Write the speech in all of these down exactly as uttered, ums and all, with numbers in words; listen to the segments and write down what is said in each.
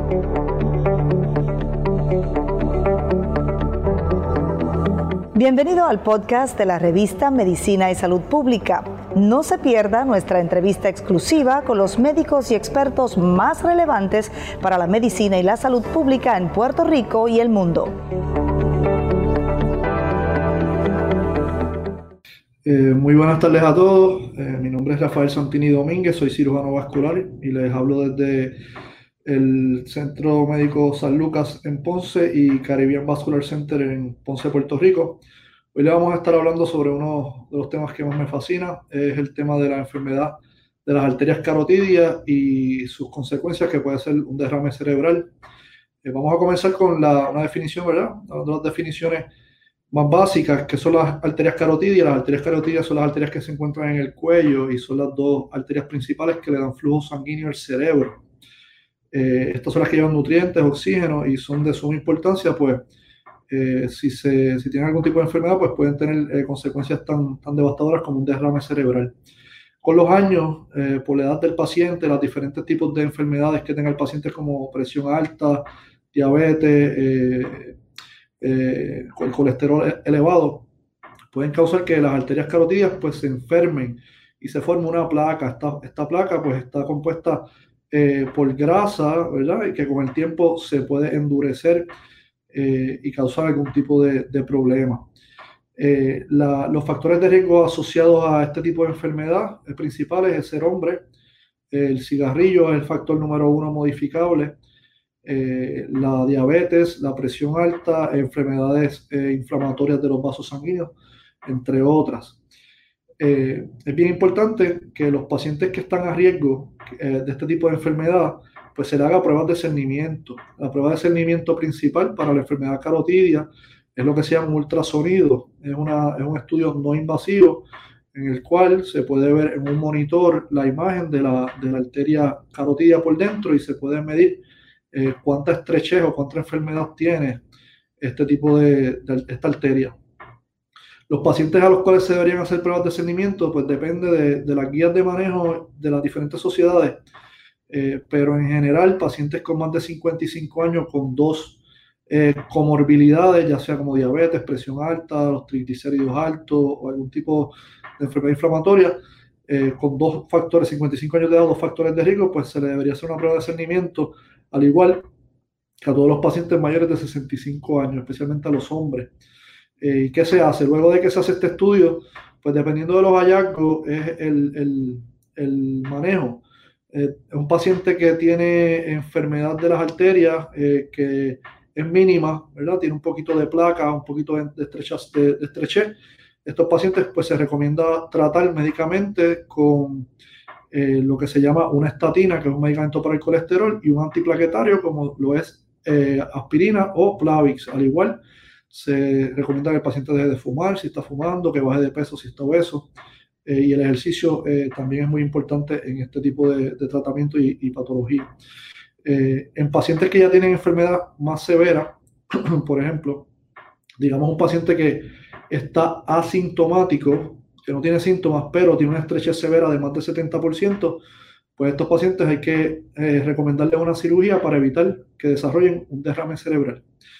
Bienvenido al podcast de la revista Medicina y Salud Pública. No se pierda nuestra entrevista exclusiva con los médicos y expertos más relevantes para la medicina y la salud pública en Puerto Rico y el mundo. Eh, muy buenas tardes a todos. Eh, mi nombre es Rafael Santini Domínguez, soy cirujano vascular y les hablo desde el Centro Médico San Lucas en Ponce y Caribbean Vascular Center en Ponce, Puerto Rico. Hoy le vamos a estar hablando sobre uno de los temas que más me fascina, es el tema de la enfermedad de las arterias carotidias y sus consecuencias, que puede ser un derrame cerebral. Eh, vamos a comenzar con la, una definición, ¿verdad? Una de las definiciones más básicas, que son las arterias carotidias. Las arterias carotidias son las arterias que se encuentran en el cuello y son las dos arterias principales que le dan flujo sanguíneo al cerebro. Eh, estas son las que llevan nutrientes, oxígeno y son de suma importancia, pues eh, si, se, si tienen algún tipo de enfermedad, pues pueden tener eh, consecuencias tan, tan devastadoras como un derrame cerebral. Con los años, eh, por la edad del paciente, los diferentes tipos de enfermedades que tenga el paciente, como presión alta, diabetes, eh, eh, el colesterol elevado, pueden causar que las arterias carotidias pues se enfermen y se forme una placa. Esta, esta placa pues está compuesta eh, por grasa, ¿verdad? Y que con el tiempo se puede endurecer eh, y causar algún tipo de, de problema. Eh, la, los factores de riesgo asociados a este tipo de enfermedad eh, principales es ser hombre. El cigarrillo es el factor número uno modificable. Eh, la diabetes, la presión alta, enfermedades eh, inflamatorias de los vasos sanguíneos, entre otras. Eh, es bien importante que los pacientes que están a riesgo eh, de este tipo de enfermedad, pues se le haga pruebas de cernimiento. La prueba de cernimiento principal para la enfermedad carotidia es lo que se llama un ultrasonido. Es, una, es un estudio no invasivo en el cual se puede ver en un monitor la imagen de la, de la arteria carotidia por dentro y se puede medir Eh, cuánta estrechez o cuánta enfermedad tiene este tipo de, de esta arteria. Los pacientes a los cuales se deberían hacer pruebas de cernimiento, pues depende de, de las guías de manejo de las diferentes sociedades, eh, pero en general pacientes con más de cincuenta y cinco años con dos eh, comorbilidades, ya sea como diabetes, presión alta, los triglicéridos altos o algún tipo de enfermedad inflamatoria, eh, con dos factores, cincuenta y cinco años de edad, dos factores de riesgo, pues se le debería hacer una prueba de cernimiento, al igual que a todos los pacientes mayores de sesenta y cinco años, especialmente a los hombres. Eh, ¿Y qué se hace? Luego de que se hace este estudio, pues dependiendo de los hallazgos, es el, el, el manejo. Eh, es un paciente que tiene enfermedad de las arterias, eh, que es mínima, ¿verdad? Tiene un poquito de placa, un poquito de estrechez. De, de estrechez. Estos pacientes, pues se recomienda tratar médicamente con Eh, lo que se llama una estatina, que es un medicamento para el colesterol, y un antiplaquetario como lo es eh, aspirina o Plavix. Al igual, se recomienda que el paciente deje de fumar si está fumando, que baje de peso si está obeso, eh, y el ejercicio eh, también es muy importante en este tipo de, de tratamiento y, y patología. Eh, en pacientes que ya tienen enfermedad más severa, por ejemplo, digamos un paciente que está asintomático, que no tiene síntomas, pero tiene una estrechez severa de más del setenta por ciento, pues a estos pacientes hay que eh, recomendarles una cirugía para evitar que desarrollen un derrame cerebral.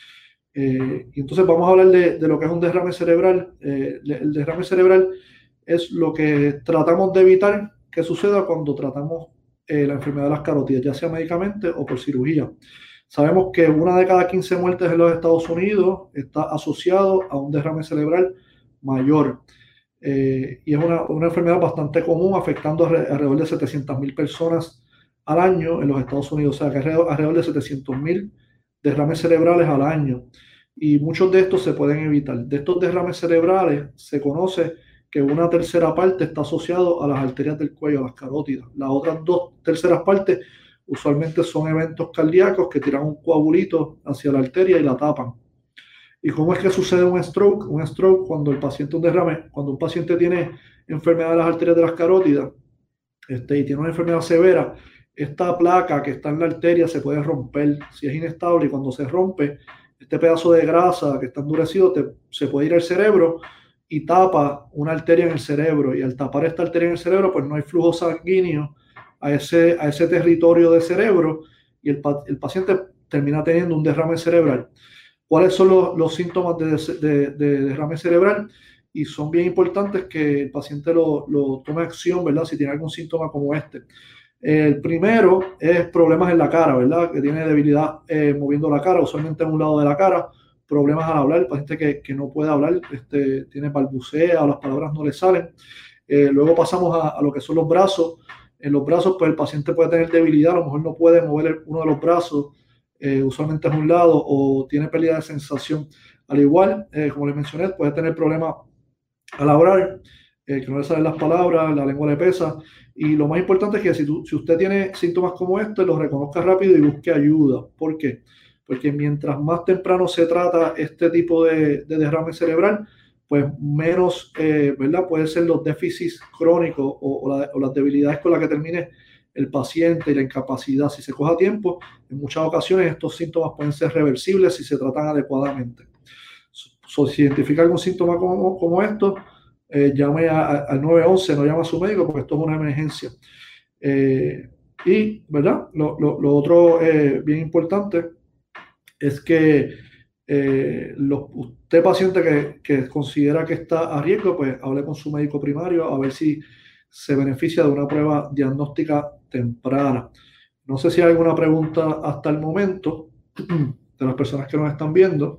Eh, y entonces vamos a hablar de, de lo que es un derrame cerebral. Eh, el derrame cerebral es lo que tratamos de evitar que suceda cuando tratamos eh, la enfermedad de las carotidas, ya sea médicamente o por cirugía. Sabemos que una de cada quince muertes en los Estados Unidos está asociado a un derrame cerebral mayor. Eh, y es una, una enfermedad bastante común, afectando alrededor de setecientas mil personas al año en los Estados Unidos. O sea, que alrededor, alrededor de setecientos mil derrames cerebrales al año. Y muchos de estos se pueden evitar. De estos derrames cerebrales se conoce que una tercera parte está asociado a las arterias del cuello, a las carótidas. Las otras dos terceras partes usualmente son eventos cardíacos que tiran un coagulito hacia la arteria y la tapan. ¿Y cómo es que sucede un stroke? Un stroke cuando el paciente, un derrame, cuando un paciente tiene enfermedad de las arterias de las carótidas este, y tiene una enfermedad severa, esta placa que está en la arteria se puede romper si es inestable, y cuando se rompe, este pedazo de grasa que está endurecido te, se puede ir al cerebro y tapa una arteria en el cerebro, y al tapar esta arteria en el cerebro, pues no hay flujo sanguíneo a ese, a ese territorio del cerebro, y el, el paciente termina teniendo un derrame cerebral. ¿Cuáles son los, los síntomas de, de, de derrame cerebral? Y son bien importantes que el paciente lo, lo tome acción, ¿verdad? Si tiene algún síntoma como este. El primero es problemas en la cara, ¿verdad? Que tiene debilidad eh, moviendo la cara, usualmente en un lado de la cara, problemas al hablar, el paciente que, que no puede hablar, este, tiene balbucea o las palabras no le salen. Eh, luego pasamos a, a lo que son los brazos. En los brazos, pues el paciente puede tener debilidad, a lo mejor no puede mover el, uno de los brazos, eh, usualmente es un lado, o tiene pérdida de sensación. Al igual, eh, como les mencioné, puede tener problemas al hablar, eh, que no le salen las palabras, la lengua le pesa. Y lo más importante es que si, tú, si usted tiene síntomas como este, los reconozca rápido y busque ayuda. ¿Por qué? Porque mientras más temprano se trata este tipo de, de derrame cerebral, pues menos, eh, ¿verdad? Pueden ser los déficits crónicos o, o, la, o las debilidades con las que termine el paciente y la incapacidad. Si se coge a tiempo, en muchas ocasiones estos síntomas pueden ser reversibles si se tratan adecuadamente. So, si identifica algún síntoma como, como esto, eh, llame a, a, al nueve once, no llame a su médico porque esto es una emergencia. Eh, y, ¿verdad? Lo, lo, lo otro eh, bien importante es que eh, los, usted paciente que, que considera que está a riesgo, pues hable con su médico primario a ver si se beneficia de una prueba diagnóstica temprana. No sé si hay alguna pregunta hasta el momento de las personas que nos están viendo.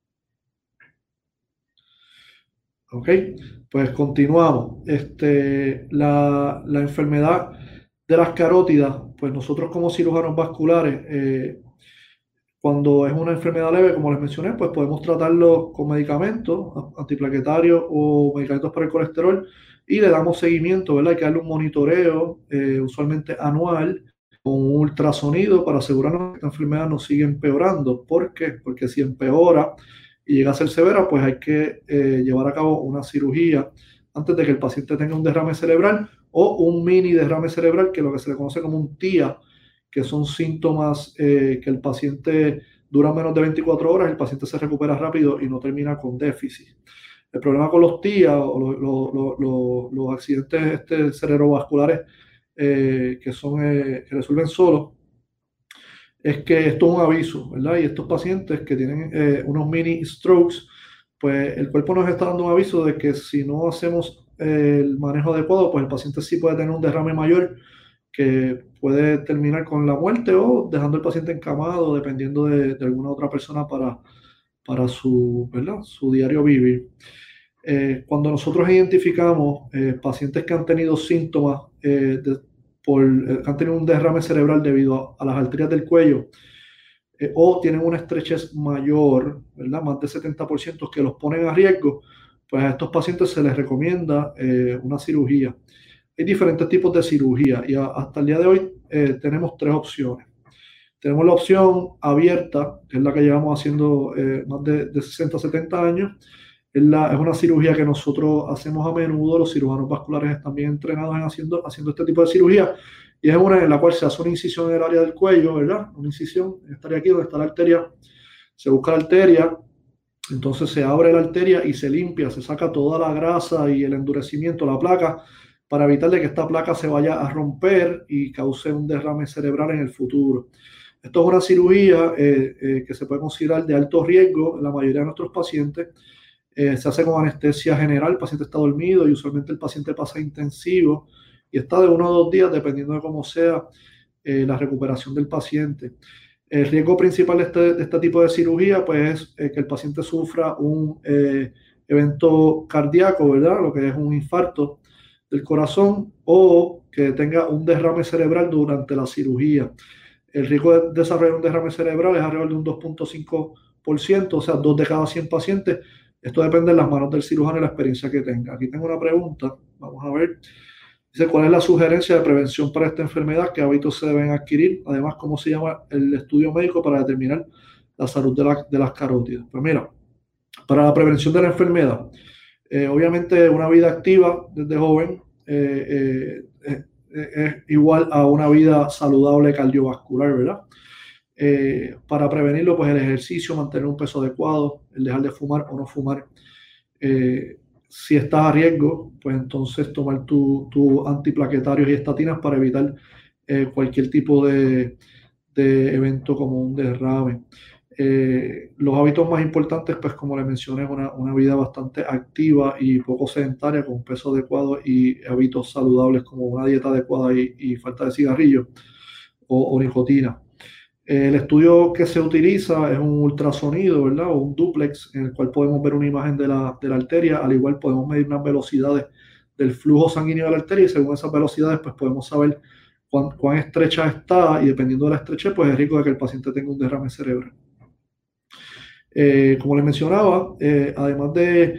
Ok, pues continuamos. Este, la, la enfermedad de las carótidas, pues nosotros como cirujanos vasculares, eh, cuando es una enfermedad leve, como les mencioné, pues podemos tratarlo con medicamentos antiplaquetarios o medicamentos para el colesterol y le damos seguimiento, ¿verdad? Hay que darle un monitoreo, eh, usualmente anual, con un ultrasonido para asegurarnos que esta enfermedad no sigue empeorando. ¿Por qué? Porque si empeora y llega a ser severa, pues hay que eh, llevar a cabo una cirugía antes de que el paciente tenga un derrame cerebral o un mini derrame cerebral, que es lo que se le conoce como un T I A, que son síntomas eh, que el paciente dura menos de veinticuatro horas, el paciente se recupera rápido y no termina con déficit. El problema con los T I A o los, los, los, los accidentes este, cerebrovasculares eh, que, son, eh, que resuelven solos, es que esto es un aviso, ¿verdad? Y estos pacientes que tienen eh, unos mini strokes, pues el cuerpo nos está dando un aviso de que si no hacemos eh, el manejo adecuado, pues el paciente sí puede tener un derrame mayor que puede terminar con la muerte o dejando al paciente encamado, dependiendo de, de alguna otra persona para, para su, ¿verdad? Su diario vivir. Eh, cuando nosotros identificamos eh, pacientes que han tenido síntomas eh, de, por, eh, que han tenido un derrame cerebral debido a, a las arterias del cuello eh, o tienen una estrechez mayor, ¿verdad? Más del setenta por ciento que los ponen a riesgo, pues a estos pacientes se les recomienda eh, una cirugía. Hay diferentes tipos de cirugía y a, hasta el día de hoy eh, tenemos tres opciones. Tenemos la opción abierta, que es la que llevamos haciendo eh, más de, de sesenta, setenta años. Es, la, es una cirugía que nosotros hacemos a menudo, los cirujanos vasculares están bien entrenados en haciendo, haciendo este tipo de cirugía, y es una en la cual se hace una incisión en el área del cuello, ¿verdad? Una incisión, estaría aquí donde está la arteria, se busca la arteria, entonces se abre la arteria y se limpia, se saca toda la grasa y el endurecimiento, la placa, para evitar de que esta placa se vaya a romper y cause un derrame cerebral en el futuro. Esto es una cirugía eh, eh, que se puede considerar de alto riesgo en la mayoría de nuestros pacientes. Eh, se hace con anestesia general, el paciente está dormido y usualmente el paciente pasa intensivo y está de uno a dos días dependiendo de cómo sea eh, la recuperación del paciente. El riesgo principal de este, de este tipo de cirugía pues, es eh, que el paciente sufra un eh, evento cardíaco, ¿verdad? Lo que es un infarto del corazón o que tenga un derrame cerebral durante la cirugía. El riesgo de desarrollar un derrame cerebral es alrededor de un dos punto cinco por ciento, o sea, dos de cada cien pacientes. Esto depende de las manos del cirujano y la experiencia que tenga. Aquí tengo una pregunta, vamos a ver. Dice, ¿cuál es la sugerencia de prevención para esta enfermedad? ¿Qué hábitos se deben adquirir? Además, ¿cómo se llama el estudio médico para determinar la salud de, la, de las carótidas? Pues mira, para la prevención de la enfermedad, eh, obviamente una vida activa desde joven eh, eh, eh, es igual a una vida saludable cardiovascular, ¿verdad? Eh, para prevenirlo, pues el ejercicio, mantener un peso adecuado, el dejar de fumar o no fumar. Eh, si estás a riesgo, pues entonces tomar tus tu antiplaquetarios y estatinas para evitar eh, cualquier tipo de, de evento como un derrame. Eh, los hábitos más importantes, pues como les mencioné, una, una vida bastante activa y poco sedentaria, con un peso adecuado y hábitos saludables como una dieta adecuada y, y falta de cigarrillos o, o nicotina. El estudio que se utiliza es un ultrasonido, ¿verdad? O un dúplex, en el cual podemos ver una imagen de la, de la arteria. Al igual podemos medir unas velocidades del flujo sanguíneo de la arteria, y según esas velocidades pues podemos saber cuán, cuán estrecha está, y dependiendo de la estrechez pues es riesgo de que el paciente tenga un derrame cerebral. Eh, como les mencionaba, eh, además de,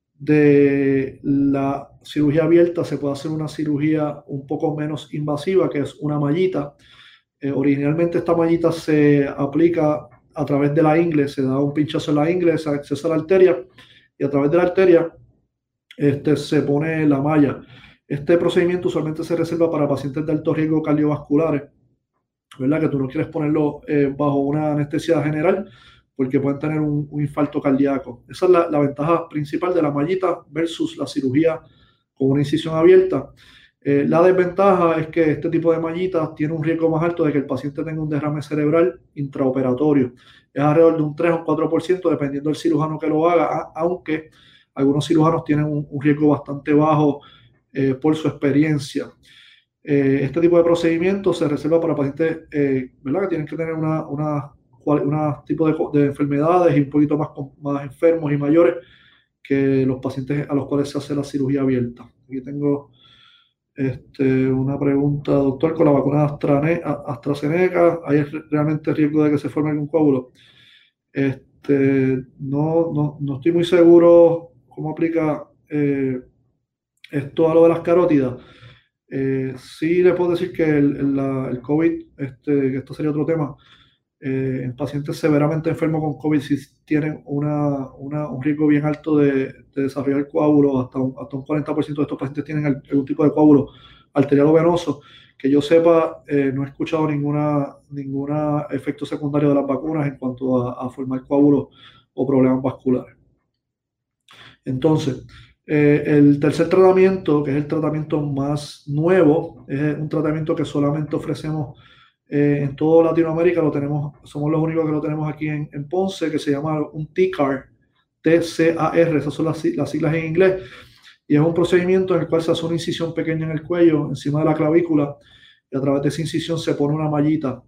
de la cirugía abierta, se puede hacer una cirugía un poco menos invasiva, que es una mallita. Eh, originalmente esta mallita se aplica a través de la ingle, se da un pinchazo en la ingle, se accesa a la arteria, y a través de la arteria este, se pone la malla. Este procedimiento usualmente se reserva para pacientes de alto riesgo cardiovasculares, ¿verdad? Que tú no quieres ponerlo eh, bajo una anestesia general porque pueden tener un, un infarto cardíaco. Esa es la, la ventaja principal de la mallita versus la cirugía con una incisión abierta. Eh, la desventaja es que este tipo de mallitas tiene un riesgo más alto de que el paciente tenga un derrame cerebral intraoperatorio. Es alrededor de un tres o un cuatro por ciento dependiendo del cirujano que lo haga, aunque algunos cirujanos tienen un, un riesgo bastante bajo eh, por su experiencia. Eh, este tipo de procedimientos se reserva para pacientes eh, ¿verdad? Que tienen que tener una, una, una tipo de, de enfermedades y un poquito más, más enfermos y mayores que los pacientes a los cuales se hace la cirugía abierta. Aquí tengo este, una pregunta, doctor, con la vacuna AstraZeneca, ¿hay realmente riesgo de que se forme algún coágulo? Este, no, no, no estoy muy seguro cómo aplica eh, esto a lo de las carótidas. Eh, sí le puedo decir que el, el, la, el COVID, este, que esto sería otro tema, eh, en pacientes severamente enfermos con COVID sí tienen una, una, un riesgo bien alto de, de desarrollar coágulos. Hasta un, hasta un cuarenta por ciento de estos pacientes tienen algún tipo de coágulo arterial o venoso. Que yo sepa, eh, no he escuchado ninguna, ninguna efecto secundario de las vacunas en cuanto a, a formar coágulos o problemas vasculares. Entonces, eh, el tercer tratamiento, que es el tratamiento más nuevo, es un tratamiento que solamente ofrecemos eh, en toda Latinoamérica. Lo tenemos, somos los únicos que lo tenemos aquí en, en Ponce, que se llama un T C A R, T C A R, esas son las, las siglas en inglés, y es un procedimiento en el cual se hace una incisión pequeña en el cuello, encima de la clavícula, y a través de esa incisión se pone una mallita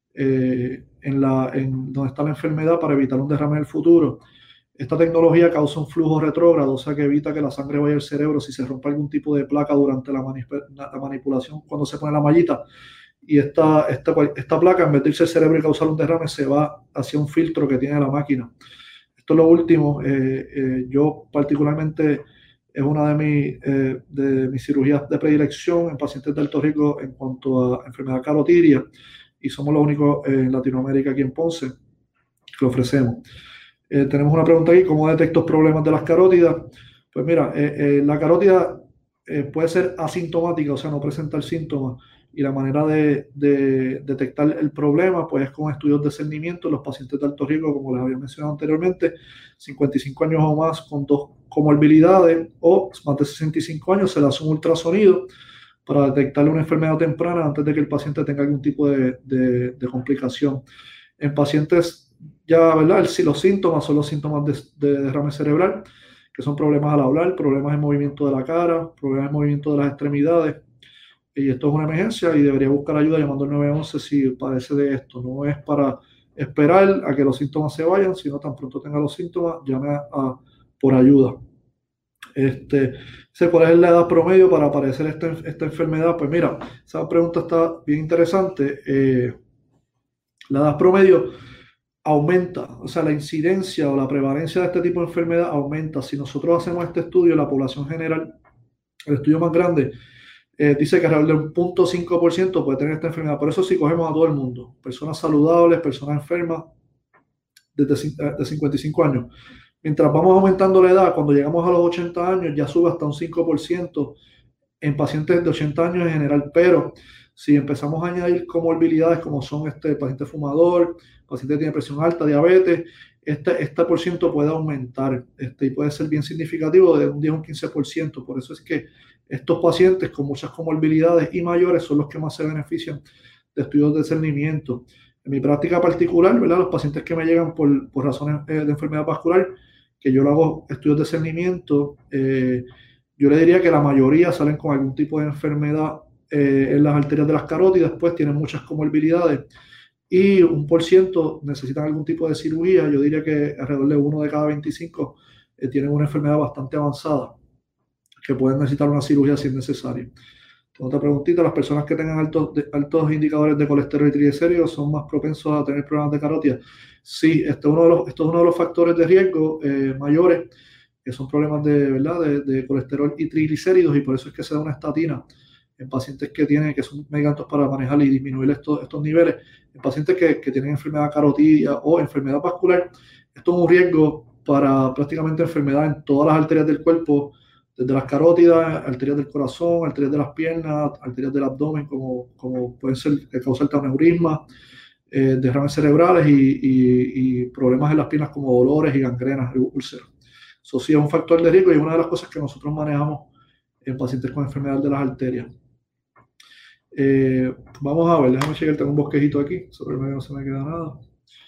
eh, en, la, en donde está la enfermedad para evitar un derrame en el futuro. Esta tecnología causa un flujo retrógrado, o sea que evita que la sangre vaya al cerebro si se rompe algún tipo de placa durante la, manip la manipulación cuando se pone la mallita. Y esta, esta, esta placa, en vez de irse al cerebro y causar un derrame, se va hacia un filtro que tiene la máquina. Esto es lo último. Eh, eh, yo particularmente es una de, mi, eh, de mis cirugías de predilección en pacientes de alto riesgo en cuanto a enfermedad carotidia, y somos los únicos en Latinoamérica, aquí en Ponce, que lo ofrecemos. Eh, tenemos una pregunta aquí: ¿cómo detecto problemas de las carótidas? Pues mira, eh, eh, la carótida eh, puede ser asintomática, o sea, no presentar síntomas, y la manera de, de detectar el problema pues es con estudios de cernimiento en los pacientes de alto riesgo, como les había mencionado anteriormente, cincuenta y cinco años o más con dos comorbilidades, o más de sesenta y cinco años, se le hace un ultrasonido para detectar una enfermedad temprana antes de que el paciente tenga algún tipo de, de, de complicación. En pacientes ya, ¿verdad? El, los síntomas son los síntomas de, de derrame cerebral, que son problemas al hablar, problemas en movimiento de la cara, problemas en movimiento de las extremidades. Y esto es una emergencia y debería buscar ayuda llamando al nueve once si padece de esto. No es para esperar a que los síntomas se vayan, sino tan pronto tenga los síntomas, llame a, a, por ayuda. Este, ¿Cuál es la edad promedio para aparecer esta, esta enfermedad? Pues mira, esa pregunta está bien interesante. Eh, la edad promedio aumenta, o sea, la incidencia o la prevalencia de este tipo de enfermedad aumenta. Si nosotros hacemos este estudio, la población general, el estudio más grande, eh, dice que alrededor de un cero punto cinco por ciento puede tener esta enfermedad. Por eso sí cogemos a todo el mundo, personas saludables, personas enfermas, desde de cincuenta y cinco años. Mientras vamos aumentando la edad, cuando llegamos a los ochenta años, ya sube hasta un cinco por ciento en pacientes de ochenta años en general. Pero si empezamos a añadir comorbilidades como son este paciente fumador, paciente que tiene presión alta, diabetes, este, este por ciento puede aumentar este, y puede ser bien significativo, de un diez a un quince por ciento. Por eso es que estos pacientes con muchas comorbilidades y mayores son los que más se benefician de estudios de cernimiento. En mi práctica particular, ¿verdad? Los pacientes que me llegan por, por razones eh, de enfermedad vascular, que yo le hago estudios de cernimiento, eh, yo le diría que la mayoría salen con algún tipo de enfermedad eh, en las arterias de las carótidas, pues tienen muchas comorbilidades y un por ciento necesitan algún tipo de cirugía. Yo diría que alrededor de uno de cada veinticinco eh, tienen una enfermedad bastante avanzada que pueden necesitar una cirugía si es necesario. Otra preguntita, las personas que tengan altos, de, altos indicadores de colesterol y triglicéridos son más propensos a tener problemas de carótida. Sí, este es uno de los, esto es uno de los factores de riesgo eh, mayores, que son problemas de, ¿verdad? De, de colesterol y triglicéridos, y por eso es que se da una estatina en pacientes que tienen, que son medicamentos para manejar y disminuir estos, estos niveles, en pacientes que, que tienen enfermedad carotidia o enfermedad vascular. Esto es un riesgo para prácticamente enfermedad en todas las arterias del cuerpo, desde las carótidas, arterias del corazón, arterias de las piernas, arterias del abdomen, como, como pueden ser causar aneurisma, eh, derrames cerebrales y, y, y problemas en las piernas como dolores y gangrenas y úlceras. Eso sí es un factor de riesgo y es una de las cosas que nosotros manejamos en pacientes con enfermedad de las arterias. Eh, vamos a ver, déjame checar, tengo un bosquejito aquí, sobre el medio no se me queda nada.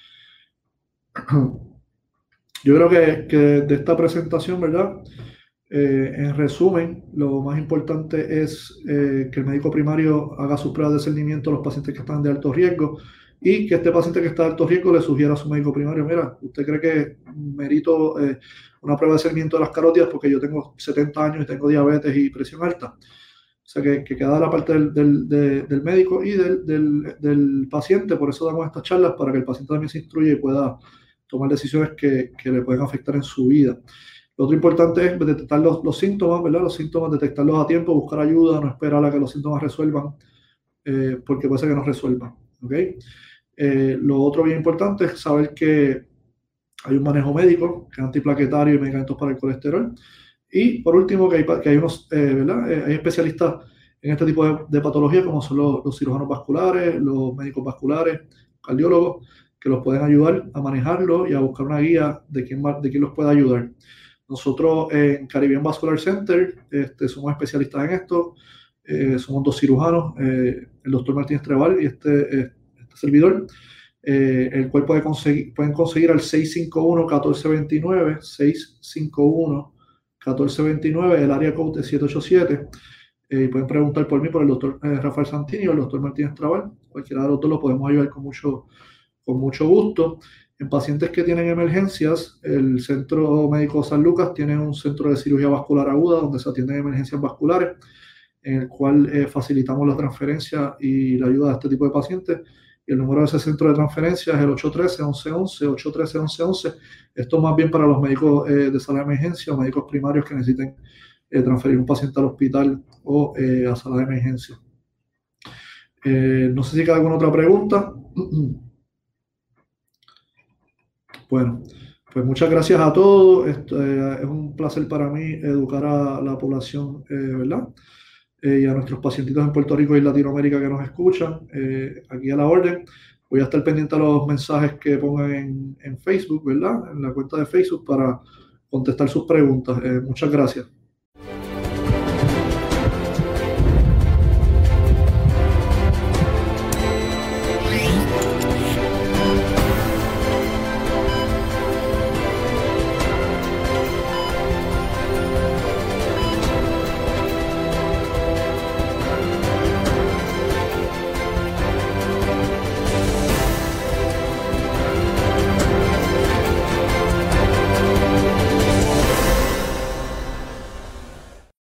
Yo creo que, que de esta presentación, ¿verdad? Eh, en resumen, lo más importante es eh, que el médico primario haga sus pruebas de cernimiento a los pacientes que están de alto riesgo y que este paciente que está de alto riesgo le sugiera a su médico primario: mira, ¿usted cree que merito eh, una prueba de cernimiento de las carótidas porque yo tengo setenta años y tengo diabetes y presión alta? O sea, que, que queda la parte del, del, de, del médico y del, del, del paciente. Por eso damos estas charlas, para que el paciente también se instruya y pueda tomar decisiones que, que le pueden afectar en su vida. Lo otro importante es detectar los, los síntomas, ¿verdad? Los síntomas, detectarlos a tiempo, buscar ayuda, no esperar a que los síntomas resuelvan, eh, porque puede ser que no resuelvan, ¿ok? Eh, lo otro bien importante es saber que hay un manejo médico, que es antiplaquetario y medicamentos para el colesterol. Y por último, que hay, que hay unos, eh, ¿verdad? Eh, hay especialistas en este tipo de, de patologías, como son los, los cirujanos vasculares, los médicos vasculares, cardiólogos, que los pueden ayudar a manejarlo y a buscar una guía de quién, de quién los puede ayudar. Nosotros en Caribbean Vascular Center este, somos especialistas en esto, eh, somos dos cirujanos, eh, el doctor Martínez Trebal y este, este servidor, eh, el cual puede conseguir, pueden conseguir al seis cinco uno, uno cuatro dos nueve, seis cinco uno, uno cuatro dos nueve, el área code es siete ocho siete, eh, pueden preguntar por mí, por el doctor eh, Rafael Santini o el doctor Martínez Trebal, cualquiera de los dos lo podemos ayudar con mucho, con mucho gusto. En pacientes que tienen emergencias, el Centro Médico San Lucas tiene un centro de cirugía vascular aguda donde se atienden emergencias vasculares, en el cual eh, facilitamos la transferencia y la ayuda a este tipo de pacientes. Y el número de ese centro de transferencia es el ocho uno tres, once once, ocho uno tres, once once. Esto más bien para los médicos eh, de sala de emergencia o médicos primarios que necesiten eh, transferir un paciente al hospital o eh, a sala de emergencia. Eh, no sé si queda alguna otra pregunta. Bueno, pues muchas gracias a todos. Esto, eh, es un placer para mí educar a la población, eh, ¿verdad? Eh, y a nuestros pacientitos en Puerto Rico y Latinoamérica que nos escuchan. Eh, aquí a la orden. Voy a estar pendiente a los mensajes que pongan en, en Facebook, ¿verdad? En la cuenta de Facebook para contestar sus preguntas. Eh, muchas gracias.